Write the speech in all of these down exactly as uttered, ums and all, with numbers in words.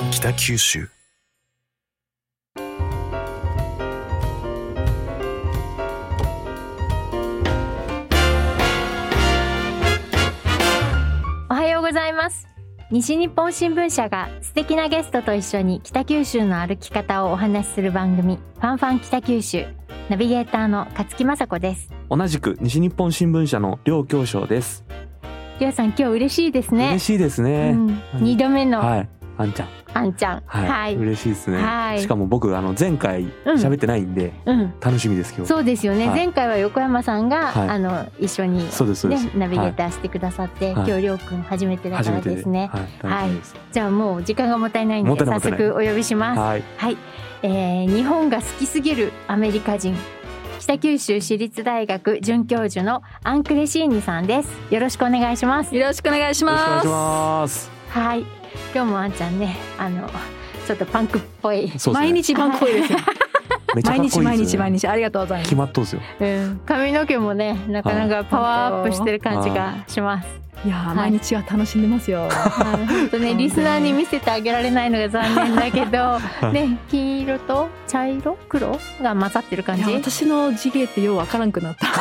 ァン北九州。 おはようございます。西日本新聞社が素敵なゲストと一緒に北九州の歩き方をお話しする番組、ファンファン北九州。ナビゲーターの勝木雅子です。 同じく西日本新聞社の両教授です。 両さん、今日嬉しいですね。 嬉しいですね、うん、 にどめの、 はい、あんちゃんあんちゃん、 はいはい、嬉しいですね、 はい、 しかも僕あの前回喋ってないんで、うん、楽しみです今日。 そうですよね、はい、前回は横山さんが、はい、あの一緒に、ね、 そうですそうですナビゲーターしてくださって、はい、今日りょうくん初めてだからですね、 はいはい、 じゃあもう時間がもったいないんで早速お呼びします。はい、はい、えー、日本が好きすぎるアメリカ人、北九州市立大学准教授のアンクレシーニさんです。よろしくお願いします。 よろしくお願いします。 よろしくお願いします。 はい、今日もあんちゃんね、あのちょっとパンクっぽい、ね、 毎日パンクっぽいですよめちゃかっこいいですよね。 毎日毎日毎日ありがとうございます。 決まっとんですよ、 うん、髪の毛もねなかなかパワーアップしてる感じがします。 いや、はい、毎日は楽しんでますよ。 本当ね、リスナーに見せてあげられないのが残念だけどね、金色と茶色黒が混ざってる感じ。 いや、私の地毛ってようわからんくなった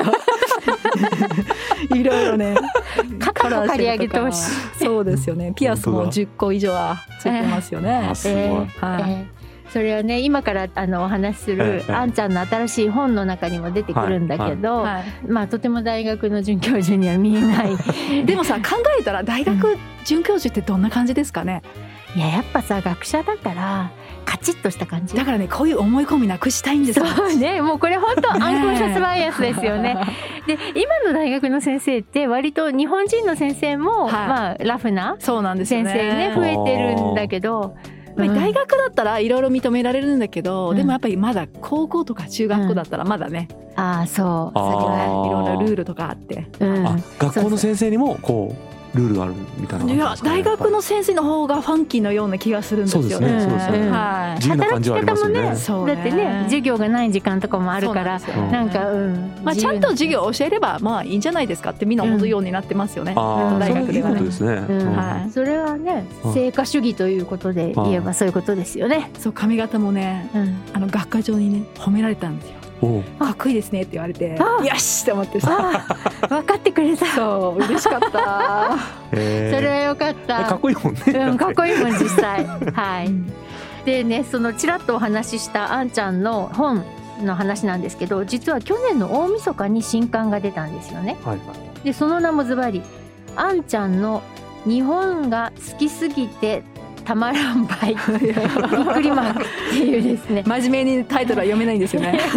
いろいろね、 肩も刈り上げてほしい。 そうですよね、ピアスもじゅっこ以上はついてますよね。 あ、すごい、 えーはいえーそれはね、今からあのお話しする、ええ、あんちゃんの新しい本の中にも出てくるんだけど、はいはい、まあとても大学の准教授には見えないでもさ、考えたら大学准教授ってどんな感じですかね。 いや、やっぱさ、学者だからカチッとした感じだからね、こういう思い込みなくしたいんですよ。 そうね、もうこれ本当アンコンシャスバイアスですよねで、今の大学の先生って割と日本人の先生も、はい、まあラフな先生ね、増えてるんだけど、 大学だったらいろいろ認められるんだけど、うん、でもやっぱりまだ高校とか中学校だったらまだね、 うん、ああそう、 先はいろんなルールとかあって、 うん、あ、学校の先生にもこうルールがあるみたいな、ね、いや、 大学の先生の方がファンキーのような気がするんですよね。 そうですね、そうですね、 はい、 自由な感じはありますよね。 働き方もね、だってね、授業がない時間とかもあるから、なんか、うん、 まあ、ちゃんと授業を教えればまあいいんじゃないですかってみんな思うようになってますよね、うん、大学ではね。 そういうことですね、うんはい、それはね、成果主義ということで言えばそういうことですよね。 そう、髪型もね、うん、あの学科長にね褒められたんですよ。かっこいいですねって言われて、よしって思ってさ、 分かってくれた。 そう、嬉しかったえー、それはよかった。 かっこいいもんね、 うん、かっこいいもん実際はい。でね、そのちらっとお話ししたあんちゃんの本の話なんですけど、実は去年の大晦日に新刊が出たんですよね、はいはい、でその名もズバリあんちゃんの日本が好きすぎてたまらんばいびっくりマークっていうですね、 真面目にタイトルは読めないんですよね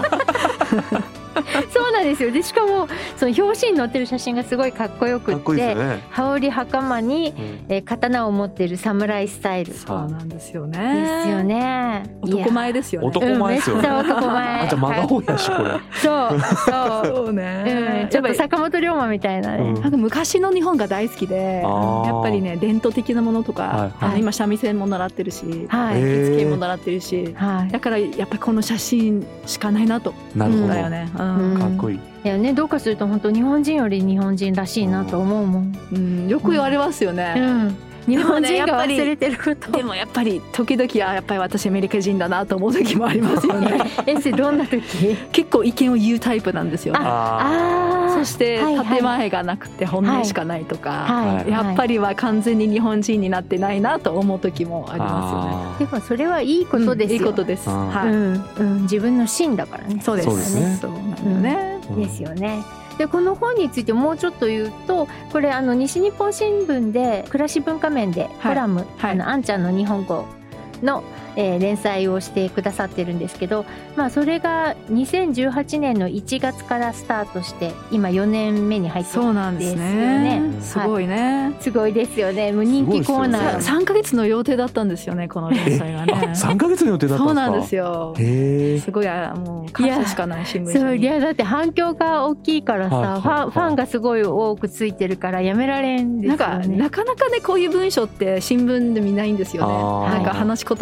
そうなんですよ。でしかもその表紙に載ってる写真がすごいかっこよくって、ね、羽織袴に、うん、えー、刀を持ってる侍スタイル。 そうなんですよね。 ですよね。 男前ですよね。 男前ですよね、 うん、めっちゃ男前。 あんた真顔やしこれ。 そうそうそうね、 うん、ちょっと坂本龍馬みたいなね、うん、 なんか昔の日本が大好きで、やっぱりね伝統的なものとか、はい、あの今三味線も習ってるし、はい、着付けも習ってるし、はい、だからやっぱりこの写真しかないなと。 なるほど、 だよね、うんうん、かっこいい。 いやね、どうかすると本当日本人より日本人らしいなと思うもん、 うん、よく言われますよね、 うん、日本人が忘れてること。 でもやっぱり時々はやっぱり私アメリカ人だなと思う時もありますよねえ、それどんな時？ 結構意見を言うタイプなんですよね。 ああ、 そして建前がなくて本音しかないとか、はいはい、やっぱりは完全に日本人になってないなと思う時もありますよね。 でもそれはいいことですよ、 うん、いいことです、はい、 うんうん、自分の芯だからね。 そうですね、 そうなんだよね、うん、ですよね。でこの本についてもうちょっと言うと、これあの西日本新聞で暮らし文化面でコラム、はいはい、あのあんちゃんの日本語の、えー、連載をしてくださってるんですけど、まあ、それがにせんじゅうはちねんのいちがつからスタートして今よねんめに入ってるんですよね。そうなんですね、 すごいね、 はい、すごいですよね。もう人気コーナーさんかげつの予定だったんですよね、この連載がね。 さんかげつの予定だったんですか？ そうなんですよ。へすごい、もう感謝しかない新聞社に。 そう、いやだって反響が大きいからさ、はいはいはい、ファン、ファンがすごい多くついてるからやめられんですよね。 なんかなかなかね、こういう文章って新聞で見ないんですよね。なんか話し言葉で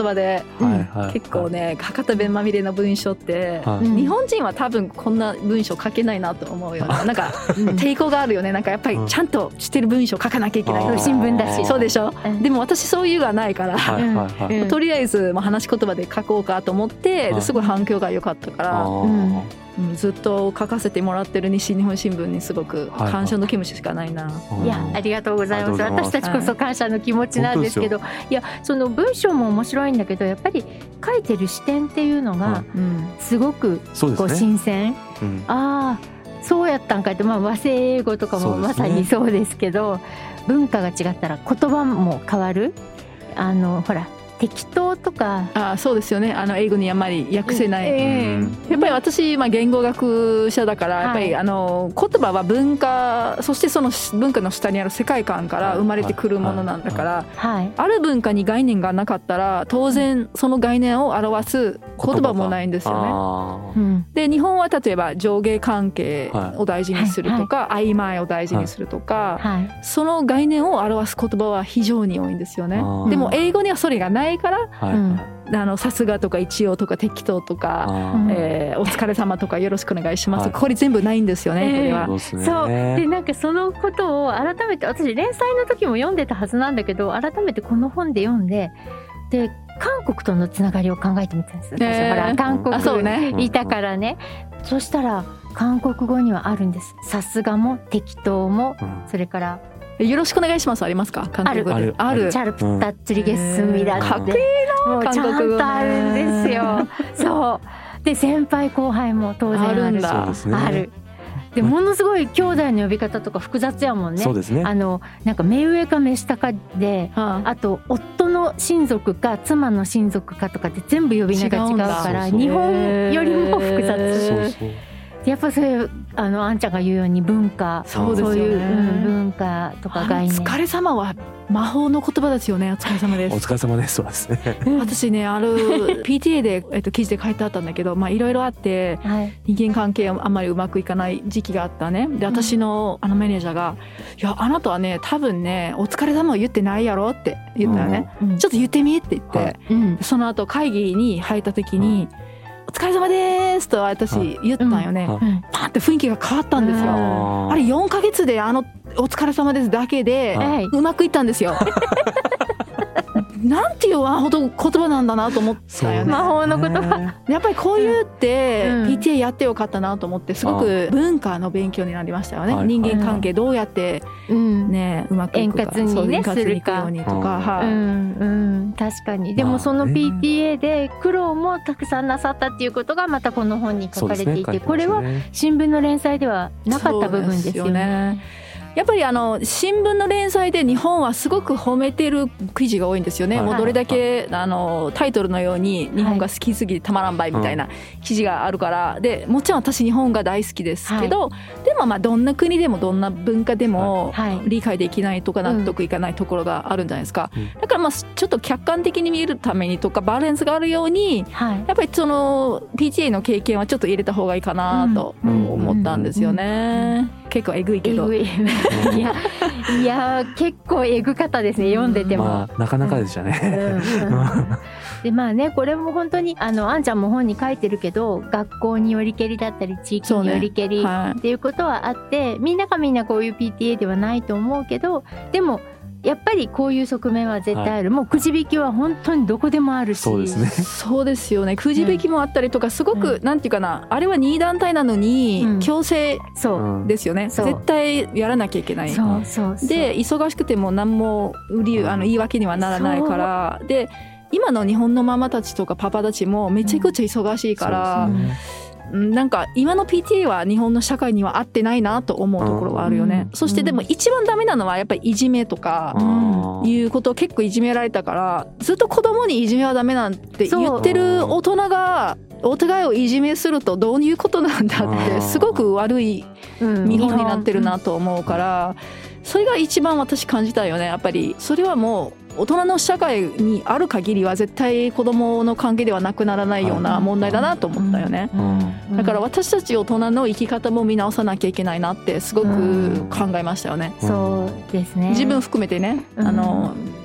うん、結構ね博多弁まみれの文章って、はい、日本人は多分こんな文章書けないなと思うよね。なんか抵抗があるよね。なんかやっぱりちゃんとしてる文章書かなきゃいけない、うん、新聞だしそうでしょ、うん、でも私そういうがないから、はいはいはい、とりあえず話し言葉で書こうかと思ってですごい反響が良かったから、うんうん、ずっと書かせてもらってる西日本新聞にすごく感謝の気持ちしかないな、はいはい、いやありがとうございます。私たちこそ感謝の気持ちなんですけど、はい、いやその文章も面白いんだけどやっぱり書いてる視点っていうのがすごくこう新鮮、ねうん、ああそうやったんかって、まあ、和製英語とかもまさにそうですけど、ね、文化が違ったら言葉も変わる。あのほら適当とかあそうですよね。あの英語にあんまり訳せない、えー、やっぱり私、まあ、言語学者だから、はい、やっぱりあの言葉は文化そしてその文化の下にある世界観から生まれてくるものなんだから、はいはい、ある文化に概念がなかったら当然その概念を表す言葉もないんですよね。で日本は例えば上下関係を大事にするとか、はいはい、曖昧を大事にするとか、はい、その概念を表す言葉は非常に多いんですよね。でも英語にはそれがないから、はいうん、あのさすがとか一応とか適当とか、えー、お疲れ様とかよろしくお願いします、はい、これ全部ないんですよね、えー、これは。 そうそうでなんかそのことを改めて私連載の時も読んでたはずなんだけど改めてこの本で読んでで韓国とのつながりを考えてみたんですよ、えー、ほら韓国にいたからね、うん、そしたら韓国語にはあるんです。さすがも適当も、うん、それからよろしくお願いしますありますか？韓国語であるあるチャルプタッツリゲッスミラって、 かっこいいなもうちゃんとあるんですよそうで先輩後輩も当然あるあるんだあるでものすごい兄弟の呼び方とか複雑やもんね。 そうですね。 あのなんか目上か目下かで、はあ、あと夫の親族か妻の親族かとかで全部呼び名が違うから日本よりも複雑。そうそうやっぱそういうあのあんちゃんが言うように文化そうですよね、そういう、 うん、文化とか概念。 お疲れ様は魔法の言葉ですよね。お疲れ様です。 お疲れ様です。そうですね私ねある ピーティーエー で、えっと、記事で書いてあったんだけどまあいろいろあって、はい、人間関係あんまりうまくいかない時期があったね。で私のあのマネージャーが、うん、いやあなたはね多分ねお疲れ様を言ってないやろって言ったよね、うん、ちょっと言ってみって言って、はいうん、その後会議に入った時に、うんお疲れ様ですと私言ったんよね、はいうん、パーって雰囲気が変わったんですよ。あ, あれよんかげつであのお疲れ様ですだけで、はい、うまくいったんですよなんていう魔法の言葉なんだなと思ったよね。 魔法の言葉やっぱりこういうって ピーティーエー やってよかったなと思ってすごく文化の勉強になりましたよね。人間関係どうやってね、うん、うまくいくか円滑にねするかにとか、はい、うんうん、確かに。でもその ピーティーエー で苦労もたくさんなさったっていうことがまたこの本に書かれていて、ね、これは新聞の連載ではなかった部分ですよね。 やっぱりあの新聞の連載で日本はすごく褒めてる記事が多いんですよね、はい、もうどれだけあのタイトルのように日本が好きすぎてたまらんばいみたいな記事があるから、はい、でもちろん私日本が大好きですけど、はい、でもまあどんな国でもどんな文化でも理解できないとか納得いかないところがあるんじゃないですか、うん、だからまあちょっと客観的に見るためにとかバランスがあるように、はい、やっぱりその ピーティーエー の経験はちょっと入れた方がいいかなと思ったんですよね。結構えぐいけどえぐいいやいや結構えぐかったですね、読んでても、 まあ、なかなかでしたね、うんうん、 でまあねこれも本当にあのあんちゃんも本に書いてるけど学校によりけりだったり地域によりけり、ねはい、っていうことはあってみんながみんなこういう ピーティーエー ではないと思うけどでもやっぱりこういう側面は絶対ある、はい、もうくじ引きは本当にどこでもあるし。 そうですね。 そうですよね。くじ引きもあったりとかすごく、うん、なんていうかなあれはに団体なのに、うん、強制ですよね、うん、絶対やらなきゃいけない。 そうそうそうで忙しくても何も理由あの言い訳にはならないからで今の日本のママたちとかパパたちもめちゃくちゃ忙しいから、うん、なんか今の ピーティーエー は日本の社会には合ってないなと思うところはあるよね、うん、そしてでも一番ダメなのはやっぱりいじめとかいうことを結構いじめられたからずっと子供にいじめはダメなんて言ってる大人がお互いをいじめするとどういうことなんだってすごく悪い見本になってるなと思うからそれが一番私感じたよね。やっぱりそれはもう大人の社会にある限りは絶対子供の関係ではなくならないような問題だなと思ったよね。だから私たち大人の生き方も見直さなきゃいけないなってすごく考えましたよね。 そうですね。 自分含めてね、あの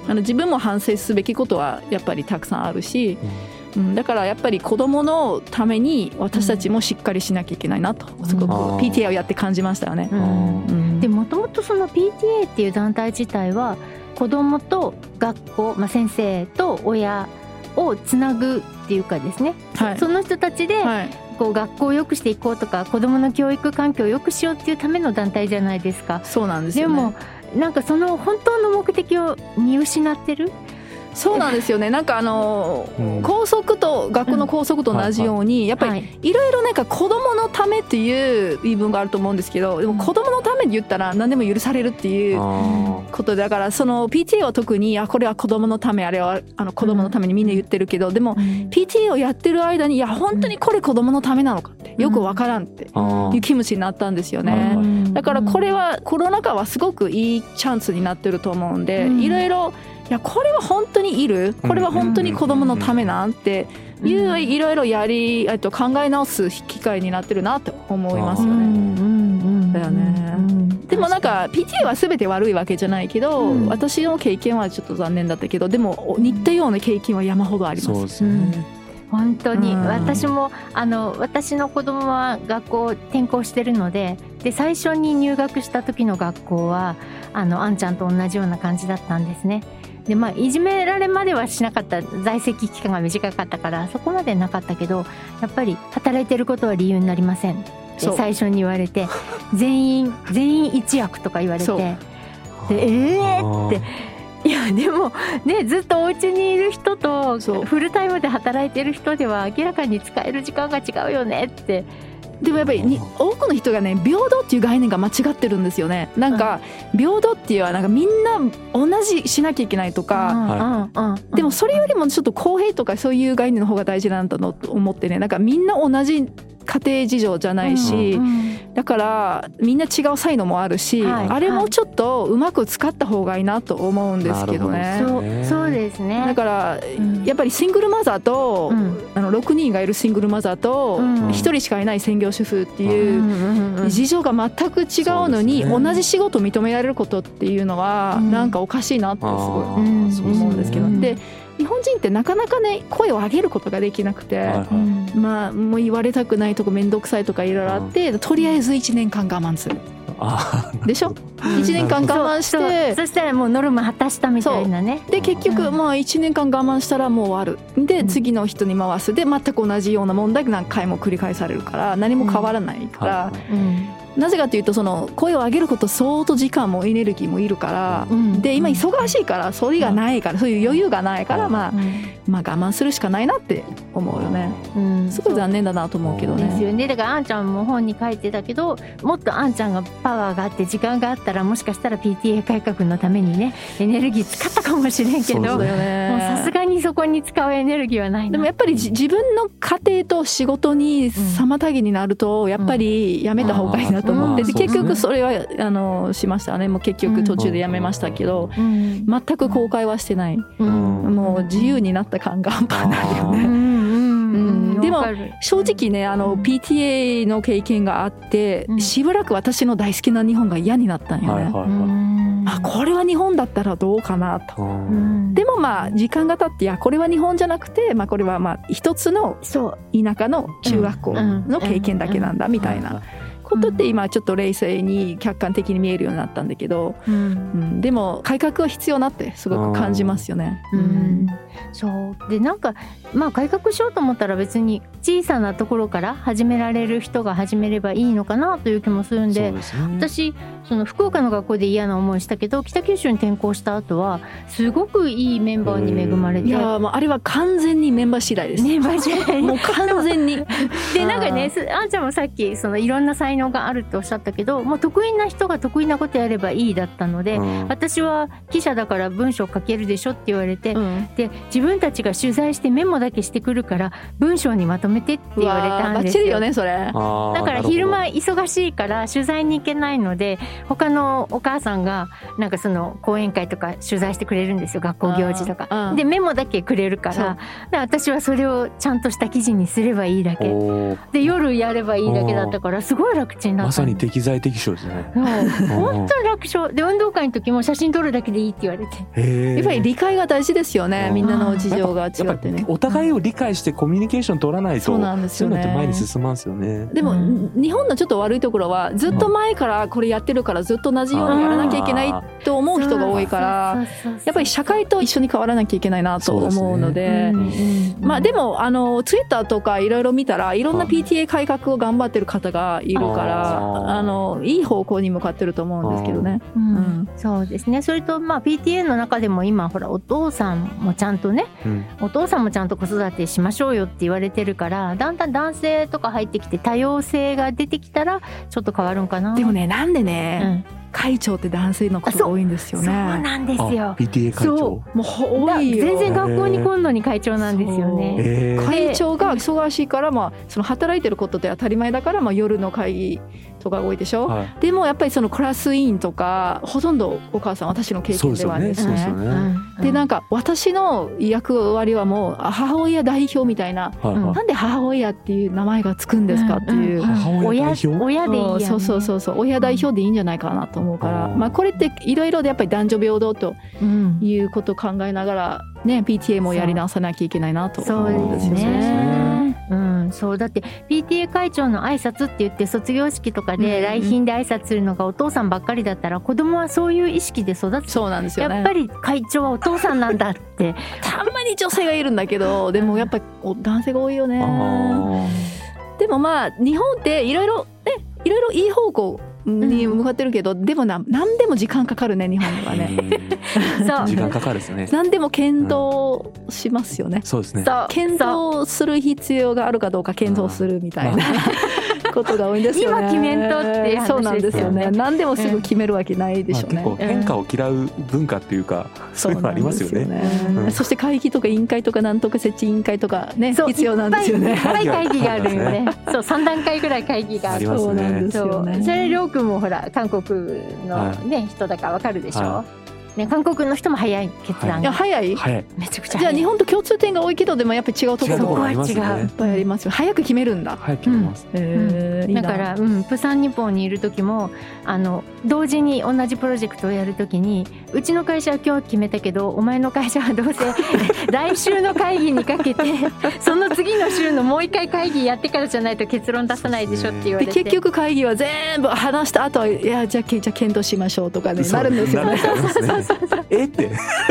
あの自分も反省すべきことはやっぱりたくさんあるし、うん、だからやっぱり子どものために私たちもしっかりしなきゃいけないなとすごく ピーティーエー をやって感じましたよね。 うんうん、でもともとその ピーティーエー っていう団体自体は子どもと学校、まあ、先生と親をつなぐっていうかですね、はい、その人たちで、はい、こう学校を良くしていこうとか子どもの教育環境を良くしようっていうための団体じゃないですか。 そうなんですよね。 でもなんかその本当の目的を見失ってる。 そうなんですよね。なんかあの、うん、校則と学校の校則と同じように、うん、やっぱりいろいろなんか子どものためっていう言い分があると思うんですけど、でも子どものために言ったら何でも許されるっていうことだから、その ピーティーエー は特にあこれは子どものため、あれはあの子どものためにみんな言ってるけど、でも ピーティーエー をやってる間にいや本当にこれ子どものためなのかってよくわからんっていう気持ちになったんですよね。だからこれはコロナ禍はすごくいいチャンスになってると思うんで、いろいろいやこれは本当にいる、これは本当に子どものためなんていういろいろやりと考え直す機会になってるなと思いますよね。だよね。でもなんか ピーティーエー は全て悪いわけじゃないけど、うん、私の経験はちょっと残念だったけど、でも似たような経験は山ほどあります。そうですね。 本当に、うん、私もあの私の子供は学校転校してるので、で最初に入学した時の学校はあのあんちゃんと同じような感じだったんですね。でまあ、いじめられまではしなかった、在籍期間が短かったからそこまでなかったけど、やっぱり働いてることは理由になりませんって最初に言われて、全員全員一役とか言われて、でえーっていやでもね、ずっとお家にいる人とフルタイムで働いてる人では明らかに使える時間が違うよねって。 でもやっぱりに多くの人がね平等っていう概念が間違ってるんですよね。なんか平等っていうのはなんかみんな同じしなきゃいけないとか、でもそれよりもちょっと公平とかそういう概念の方が大事なんだと思ってね、なんかみんな同じ家庭事情じゃないし、うんうん、だからみんな違う才能もあるし、はい、あれもちょっとうまく使った方がいいなと思うんですけどね。 そう、そうですね。 だから、うん、やっぱりシングルマザーと、うん、あのろくにんがいるシングルマザーと、うん、ひとりしかいない専業主婦っていう事情が全く違うのに、うんうんうん、同じ仕事を認められることっていうのは、うん、なんかおかしいなってすごい思うんですけど、うん、で日本人ってなかなかね声を上げることができなくて、はいはい、まあもう言われたくないとか面倒くさいとかいろいろあって、うん、とりあえずいちねんかん我慢するでしょ、うん、いちねんかん我慢して、 そ, そしたらもうノルマ果たしたみたいなね。 で結局まあいちねんかん我慢したらもう終わるで次の人に回すで全く同じような問題が何回も繰り返されるから何も変わらないから、うんうんなぜかというとその声を上げること相当時間もエネルギーもいるから、うん、で今忙しいからそれがないから、うん、そういう余裕がないから、まあうんまあ、我慢するしかないなって思うよね、うん、すごい残念だなと思うけどね。 ですよね。だからあんちゃんも本に書いてたけど、もっとあんちゃんがパワーがあって時間があったらもしかしたら ピーティーエー 改革のためにねエネルギー使ったかもしれんけど、さすがにそこに使うエネルギーはないな。 でもやっぱり自分の家庭と仕事に妨げになるとやっぱりやめた方がいいなと思って、うん、で結局それはあのしましたね。もう結局途中でやめましたけど、うん、全く後悔はしてない、うん、もう自由になった感が半端ないよね、うんうん、でも正直ねあの ピーティーエー の経験があってしばらく私の大好きな日本が嫌になったんよね、はいはいはい、あこれは日本だったらどうかなと、うん、でもまあ時間が経っていやこれは日本じゃなくて、まあ、これはまあ一つの田舎の中学校の経験だけなんだみたいなことって今ちょっと冷静に客観的に見えるようになったんだけど、うんうん、でも改革は必要なってすごく感じますよね、うん、 そうでなんかまあ改革しようと思ったら別に小さなところから始められる人が始めればいいのかなという気もするん で, で、ね、私その福岡の学校で嫌な思いしたけど北九州に転校した後はすごくいいメンバーに恵まれて、 いやもうあれは完全にメンバー次第です。 メンバー次第もう完全にでなんかねあんちゃんもさっきそのいろんな才能があるっておっしゃったけど、もう得意な人が得意なことやればいいだったので、うん、私は記者だから文章書けるでしょって言われて、うん、で自分たちが取材してメモだけしてくるから文章にまとめてって言われたんですよ。バッチリよねそれ。だから昼間忙しいから取材に行けないので他のお母さんがなんかその講演会とか取材してくれるんですよ、学校行事とかでメモだけくれるから、で私はそれをちゃんとした記事にすればいいだけで夜やればいいだけだったからすごい楽ちんだった。 まさに適材適所ですね。 本当に楽勝で、運動会の時も写真撮るだけでいいって言われて。 やっぱり理解が大事ですよね。みんなの事情が違ってね。 お互いを理解してコミュニケーション取らないと、 そうなんですよね。 そういうのって前に進まんですよね。 でも、うん、日本のちょっと悪いところはずっと前からこれやってるからずっと同じようにやらなきゃいけないと思う人が多いから、やっぱり社会と一緒に変わらなきゃいけないなと思うので、まあでもあのツイッターとかいろいろ見たらいろんな ピーティーエー 改革を頑張ってる方がいるからああのいい方向に向かってると思うんですけどね。 うんうん、そうですね。それとまあ ピーティーエー の中でも今ほらお父さんもちゃんとね、うん、お父さんもちゃんと子育てしましょうよって言われてるから、だんだん男性とか入ってきて多様性が出てきたらちょっと変わるんかな。 でもね、なんでね、うん、会長って男性のことが多いんですよね。 そうなんですよ。 ピーティーエー 会長そうもう多いよ。 全然学校に来んのに会長なんですよね。 会長が忙しいから、まあ、その働いてることって当たり前だから、まあ、夜の会議とか多いでしょ、はい、でもやっぱりそのクラス委員とかほとんどお母さん私の経験ではですね。でなんか私の役割はもう母親代表みたいな、はいはい、なんで母親っていう名前がつくんですかっていう、うんうん、 母親代表、 親でいいや、ね、 そうそうそうそう親代表でいいんじゃないかなと思うから、うん、まあ、これっていろいろでやっぱり男女平等ということを考えながらね、ピーティーエー もやり直さなきゃいけないなと思うんですよね。 うん、そうだって ピーティーエー 会長の挨拶って言って卒業式とかで来賓で挨拶するのがお父さんばっかりだったら、子供はそういう意識で育つ。 そうなんですよね。 やっぱり会長はお父さんなんだってたまに女性がいるんだけど、でもやっぱり男性が多いよね。でもまあ日本っていろいろね、いろいろいい方向に向かってるけど、うん、でもな何でも時間かかるね、日本はね。 そう時間かかるですね。 何でも検討しますよね、うん、 そうですね。 検討する必要があるかどうか検討するみたいなことが多いんですよね。 今決めんとって話ですよね。 そうなんですよね。何でもすぐ決めるわけないでしょうね、 まあ、結構変化を嫌う文化っていうか、うん、そういうのありますよね。 そ, よね、 うん、そして会議とか委員会とかなんとか設置委員会とかね、必要なんですよね。 いっぱい会議があるよね。そうさん段階ぐらい会議がある。 そうなんですよね。 それりょうくんもほら韓国の、ね、はい、人だからわかるでしょ、はい、ね、韓国の人も早い決断が、はい、 いや早い、 早い、 めちゃくちゃ早い。 じゃあ日本と共通点が多いけど、でもやっぱり違うところもありますよね。 いっぱいありますよ。早く決めるんだ。 早く決めます、 うん、えー、いいだから、うん、プサン日報にいる時もあの同時に同じプロジェクトをやる時に、うちの会社は今日決めたけどお前の会社はどうせ来週の会議にかけてその次の週のもう一回会議やってからじゃないと結論出さないでしょって言われて、 で結局会議は全部話した後は、いやじゃあじゃあ検討しましょうとかね、なるんですよね。 えって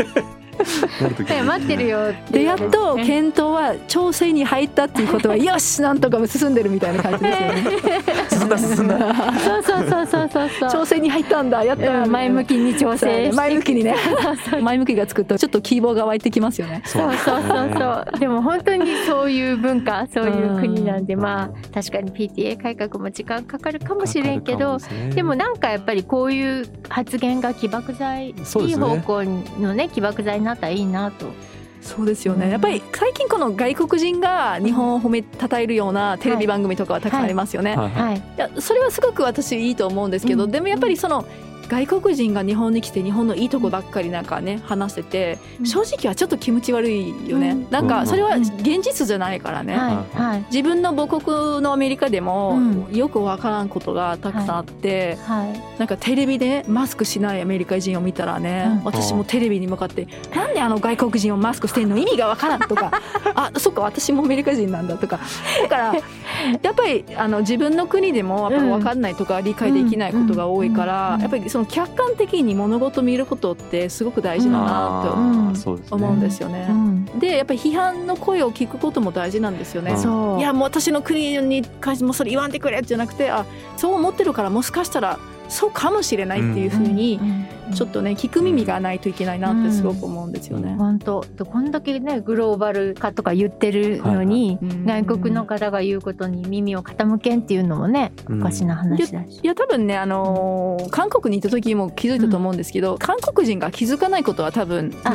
待ってるよってで、やっと検討は調整に入ったっていうことはよしなんとか進んでるみたいな感じですよね。 進んだ進んだ。 そうそうそうそうそうそう。 調整に入ったんだ、やった、 前向きに調整して、 前向きにね前向きがつくとちょっと希望が湧いてきますよね。 そうそうそうそう。でも本当にそういう文化、そういう国なんで、まあ確かに ピーティーエー 改革も時間かかるかもしれんけど、で, でもなんかやっぱりこういう発言が起爆剤、ね、いい方向のね起爆剤になったらいいなと。 そうですよね。やっぱり最近この外国人が日本を褒めたたえるようなテレビ番組とかはたくさんありますよね。はいはいはい、いやそれはすごく私いいと思うんですけど、うん、でもやっぱりその外国人が日本に来て日本のいいとこばっかりなんかね話してて、正直はちょっと気持ち悪いよね、うん、なんかそれは現実じゃないからね、はいはい、自分の母国のアメリカでもよくわからんことがたくさんあって、はいはい、なんかテレビでマスクしないアメリカ人を見たらね、うん、私もテレビに向かってなんであの外国人をマスクしてんの意味がわからんとかあ、そっか私もアメリカ人なんだとか、だからやっぱりあの自分の国でもやっぱりわかんないとか理解できないことが多いから、やっぱりその客観的に物事を見ることってすごく大事だなと思うんですよね。でやっぱり批判の声を聞くことも大事なんですよね。いやもう私の国に関してもそれ言わんでくれじゃなくて、あそう思ってるからもしかしたらそうかもしれないっていうふうにちょっとね聞く耳がないといけないなってすごく思うんですよね。 本当こんだけねグローバル化とか言ってるのに、はいはい、外国の方が言うことに耳を傾けんっていうのもねおかしな話だし、 いや多分ねあのー、韓国にいた時も気づいたと思うんですけど、うん、韓国人が気づかないことは多分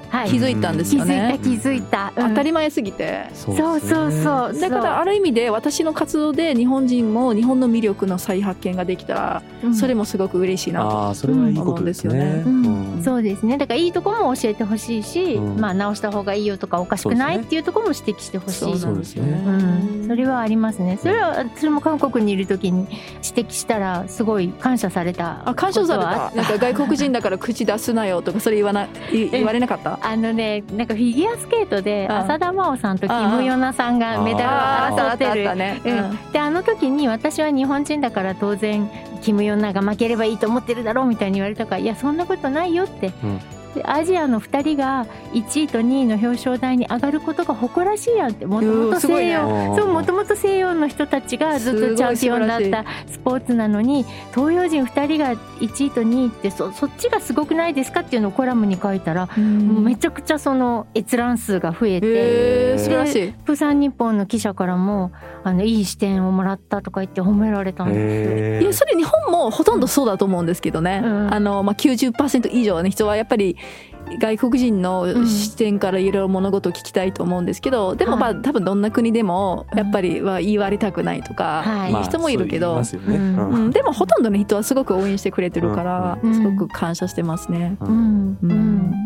気づいたんですよね。 気づいた気づいた、 うん、当たり前すぎて。 そうそうそうそう。 だからある意味で私の活動で日本人も日本の魅力の再発見ができたら、うん、それもすごく嬉しいなと思うんですよね。 そうですね。だからいいところも教えてほしいし、うん、まあ直した方がいいよとかおかしくないっていうところも指摘してほしい。 そうですね。 うん、それはありますね。それは私も韓国にいる時に指摘したらすごい感謝された。 あ、感謝された。なんか外国人だから口出すなよとかそれ言わな言われなかった。 あのね、なんかフィギュアスケートで浅田真央さんとキム・ヨナさんがメダルを争ってる。であの時に私は日本人だから当然キム・ヨナが負ければいいと思ってるだろうみたいに言われたから、いやそんなことないよって、うん、でアジアのふたりがいちいとにいの表彰台に上がることが誇らしいやんって、もともと西洋、そうもともと西洋の人たちがずっとチャンピオンだったスポーツなのに、東洋人ふたりがいちいとにいって そ, そっちがすごくないですかっていうのをコラムに書いたら、うん、めちゃくちゃその閲覧数が増えて、 素晴らしい。 プサン日報の記者からもあのいい視点をもらったとか言って褒められたんですよ。 いやそれ日本もほとんどそうだと思うんですけどね、うん、あのまあ、きゅうじゅっパーセント 以上の人はやっぱり外国人の視点からいろいろ物事を聞きたいと思うんですけど、うん、でもまあ多分どんな国でもやっぱりは言われたくないとかいう人もいるけど、まあね、うんうん、でもほとんどの人はすごく応援してくれてるから、うん、すごく感謝してますね、うんうんうん、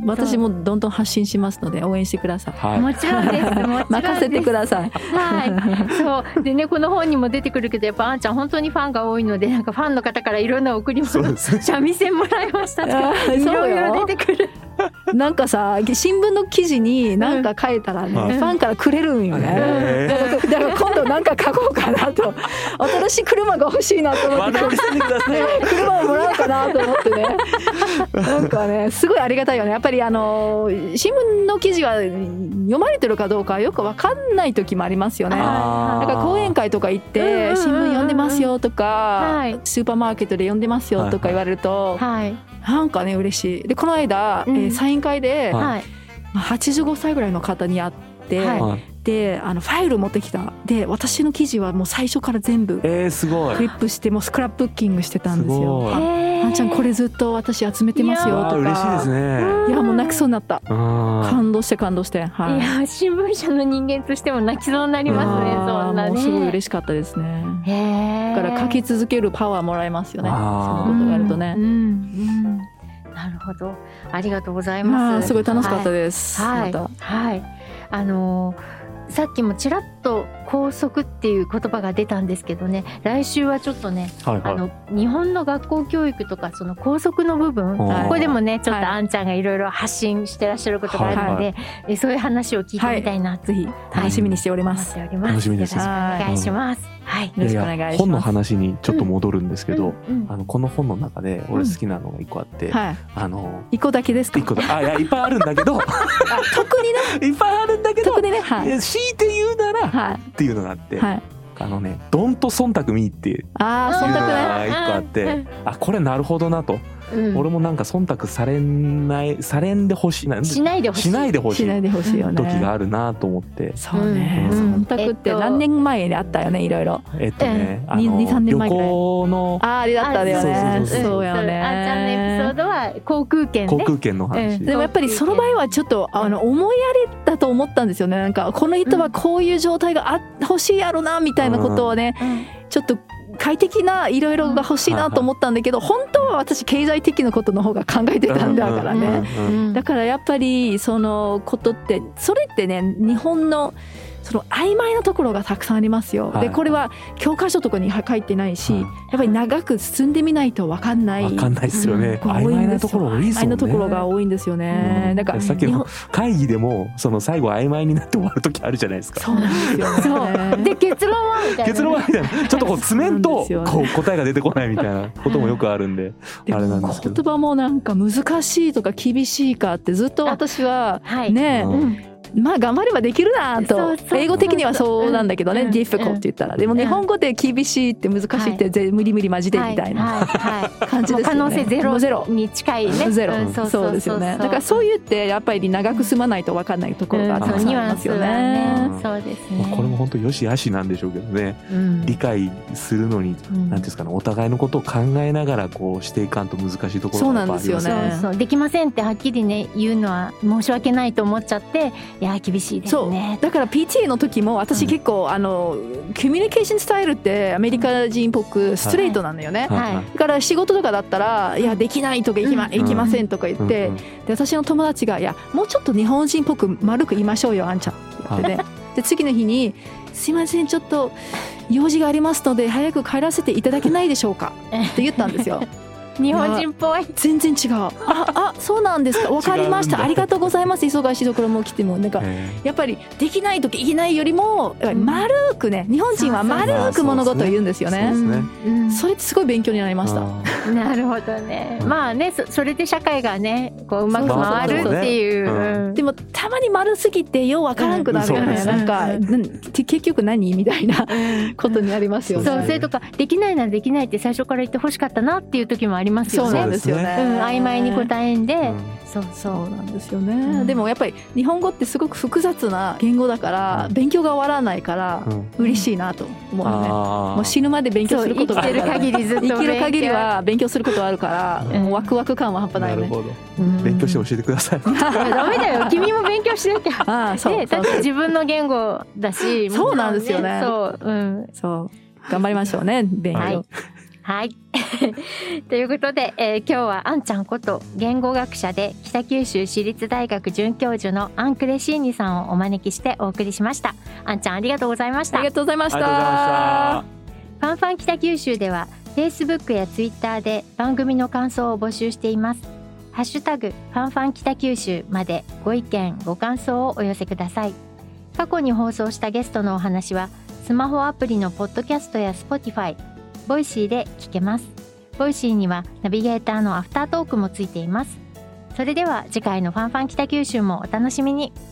私もどんどん発信しますので応援してください、 はい、もちろんです任せてください、 はい、そうでね、この本にも出てくるけどやっぱあんちゃん本当にファンが多いので、なんかファンの方からいろんな贈り物三味線もらいましたとかいろいろ出てくる。 なんかさ新聞の記事に何か書いたらね、うん、ファンからくれるんよね、うん、だから今度何か書こうかなと新しい車が欲しいなと思って車をもらおうかなと思ってねなんかねすごいありがたいよね。やっぱりあの新聞の記事は読まれてるかどうかよく分かんない時もありますよね。だから講演会とか行って新聞読んでますよとか、はい、スーパーマーケットで読んでますよとか言われると、はい、なんかね嬉しい。でこの間、うん、えー、サイン会で、はい、はちじゅうごさいぐらいの方に会って、はい、であのファイル持ってきた。で私の記事はもう最初から全部クリップしてもうスクラップブッキングしてたんですよ。あんちゃんこれずっと私集めてますよとか。 嬉しいですね。 いやもう泣きそうになった。感動して感動して、はい、 いや新聞社の人間としても泣きそうになりますね。そんなね、 もうすごい嬉しかったですね。へだから書き続けるパワーもらえますよね、そのことがあるとね、うんうん、 なるほど、ありがとうございます。 すごい楽しかったです、 はい、 また、 はい、あのーさっきもちらっと校則っていう言葉が出たんですけどね、来週はちょっとね、はいはい、あの日本の学校教育とかその校則の部分、ここでもねちょっとあんちゃんがいろいろ発信してらっしゃることがあるので、はいはい、そういう話を聞いてみたいな、はい、 ぜひ楽しみにしております、 はい、思っております。楽しみです。よろしくお願いします、うん、はい、よろしくお願いします。 本の話にちょっと戻るんですけど、うんうん、あのこの本の中で俺好きなのが一個あって、うん、はい、あの一個だけですか？ 一個だ、あ、いやいっぱいあるんだけど特にねいっぱいあるんだけど特にね、はい、 強いて言うなら、はい、っていうのがあって、はい、あのねドンと忖度ミーっていうのが一個あって、あこれなるほどなと。うん、俺もなんか忖度されないされんでほしいなしないでほしいしないでほしいしないでほしいよね時があるなと思って。 そうね、うん、忖度って何年前にあったよね、いろいろ。 えっとね、あのにさんねんまえぐらい、 旅行のああれだったよね。そうよね。 あーちゃんのエピソードは航空券ね。 航空券の話、 うん、でもやっぱりその場合はちょっとあの思いやりだと思ったんですよね。なんかこの人はこういう状態があ欲しいやろなみたいなことをね、うん、ちょっと快適ないろいろが欲しいなと思ったんだけど、本当は私経済的なことの方が考えてたんだからね。だからやっぱりそのことってそれってね、日本のその曖昧なところがたくさんありますよ。でこれは教科書とかに書いてないし、やっぱり長く進んでみないと分かんない分かんないですよね。曖昧なところ多いですよね。曖昧なところが多いんですよね。だからさっきの会議でもその最後曖昧になって終わる時あるじゃないですか。 そうなんですよね。 そうで結論はみたいな、 結論はみたいな、ちょっとこう詰めんとこう答えが出てこないみたいなこともよくあるんで、あれなんですけど、 言葉もなんか難しいとか厳しいかってずっと私はね、 まあ頑張ればできるなと。 そうそうそう、 英語的にはそうなんだけどね、 うん、 difficult って言ったら、でも日本語で厳しいって難しいって、はい、無理無理マジでみたいな感じですよね。 可能性ゼロに近いね。 ゼロ、うん、そうですよね。だからそう言ってやっぱり長く住まないと分かんないところがたくさんありますよね。 そうですね。 これも本当よしあしなんでしょうけどね、うん、理解するのに、うん、なんていうんですかね、お互いのことを考えながらこうしていかんと難しいところがやっぱありますよね。 そうなんですよね。 そうそう、できませんってはっきりね言うのは申し訳ないと思っちゃって、いや厳しいですね。 そうだから ピーティーエー の時も私結構、うん、あのコミュニケーションスタイルってアメリカ人っぽくストレートなんだよね、はいはい、だから仕事とかだったらいやできないとかいきま、うん、いきませんとか言って、うん、で私の友達がいやもうちょっと日本人っぽく丸く言いましょうよあんちゃんって言ってね、はい、で次の日にすいませんちょっと用事がありますので早く帰らせていただけないでしょうかって言ったんですよ。 日本人っぽい。 全然違う。ああそうなんですか、わかりました、ありがとうございます、忙しいところも来てもなんかやっぱりできない時いけないよりも丸くね、日本人は丸く物事を言うんですよね。それってすごい勉強になりました。 なるほどね。まあね そ, それで社会がねこううまく回るっていう、 そうそうそう、うん、でもたまに丸すぎてようわからんくなるよね、うん、なんか、うん、結局何みたいなことになりますよね。 そうそれとかできないならできないって最初から言ってほしかったなっていう時もありますよね。 そうなんですよね、 うん、曖昧に答えんで、うん、そうそうなんですよね、うん、でもやっぱり日本語ってすごく複雑な言語だから、うん、勉強が終わらないから嬉しいなと思うね、うん、もう死ぬままで勉強することがあるから、 生きてる限りずっと生きる限りは勉強することはあるから、うん、ワクワク感は半端ないよね。 なるほど、うん、勉強して教えてください。 ダメだよ、君も勉強しなきゃ。ああそう、ね、だって自分の言語だし。 そうなんですよね。 そう、うん、 そう頑張りましょうね勉強。はいはいということで、えー、今日はあんちゃんこと言語学者で北九州市立大学准教授のアンクレシーニさんをお招きしてお送りしました。あんちゃんありがとうございました。 ありがとうございました。 ファンファン北九州では Facebook や Twitter で番組の感想を募集しています。ハッシュタグファンファン北九州までご意見ご感想をお寄せください。過去に放送したゲストのお話はスマホアプリのポッドキャストや Spotify、ボイシーで聞けます。ボイシーにはナビゲーターのアフタートークもついています。それでは次回のファンファン北九州もお楽しみに。